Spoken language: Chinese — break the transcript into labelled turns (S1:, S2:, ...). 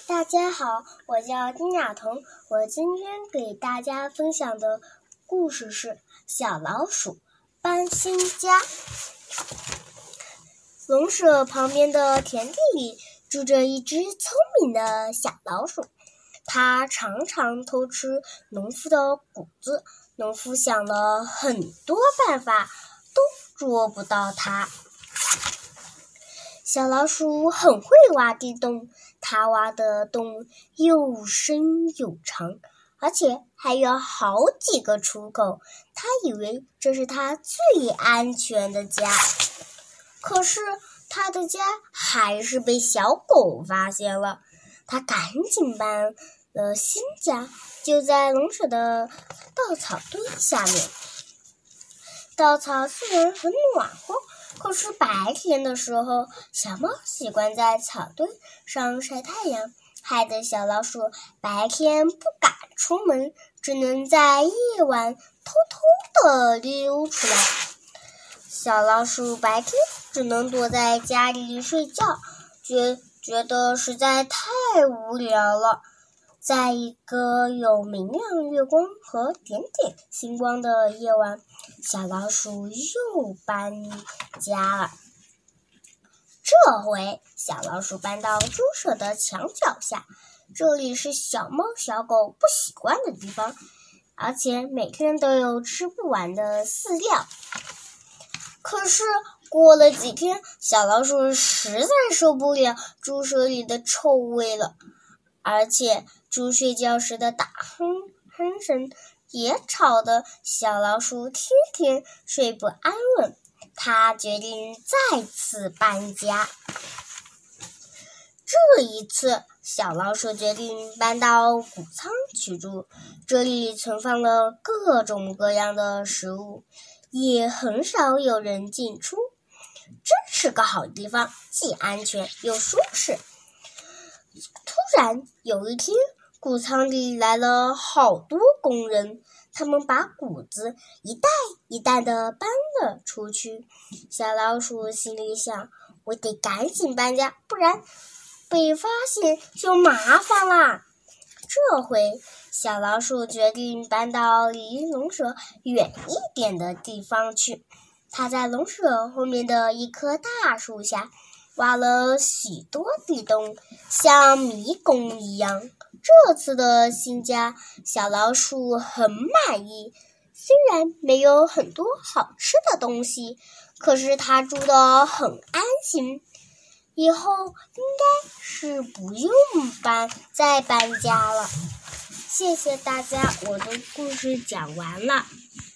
S1: 大家好，我叫丁雅彤，我今天给大家分享的故事是小老鼠搬新家。农舍旁边的田地里住着一只聪明的小老鼠，它常常偷吃农夫的谷子，农夫想了很多办法都捉不到它。小老鼠很会挖地洞，它挖的洞又深又长，而且还有好几个出口，它以为这是它最安全的家。可是它的家还是被小狗发现了，它赶紧搬了新家，就在农舍的稻草堆下面。稻草虽然很暖和，可是白天的时候，小猫习惯在草堆上晒太阳，害得小老鼠白天不敢出门，只能在夜晚偷偷地溜出来。小老鼠白天只能躲在家里睡觉，觉得实在太无聊了。在一个有明亮月光和点点星光的夜晚，小老鼠又搬家了。这回小老鼠搬到猪舍的墙角下，这里是小猫小狗不习惯的地方，而且每天都有吃不完的饲料。可是过了几天，小老鼠实在受不了猪舍里的臭味了，而且猪睡觉时的大哼声也吵得小老鼠天天睡不安稳。它决定再次搬家。这一次，小老鼠决定搬到谷仓去住，这里存放了各种各样的食物，也很少有人进出，真是个好地方，既安全又舒适。突然有一天，谷仓里来了好多工人，他们把谷子一袋一袋地搬了出去。小老鼠心里想，我得赶紧搬家，不然被发现就麻烦啦。这回小老鼠决定搬到离农舍远一点的地方去。它在农舍后面的一棵大树下挖了许多地洞，像迷宫一样。这次的新家，小老鼠很满意。虽然没有很多好吃的东西，可是它住得很安心。以后应该是不用再搬家了。谢谢大家，我的故事讲完了。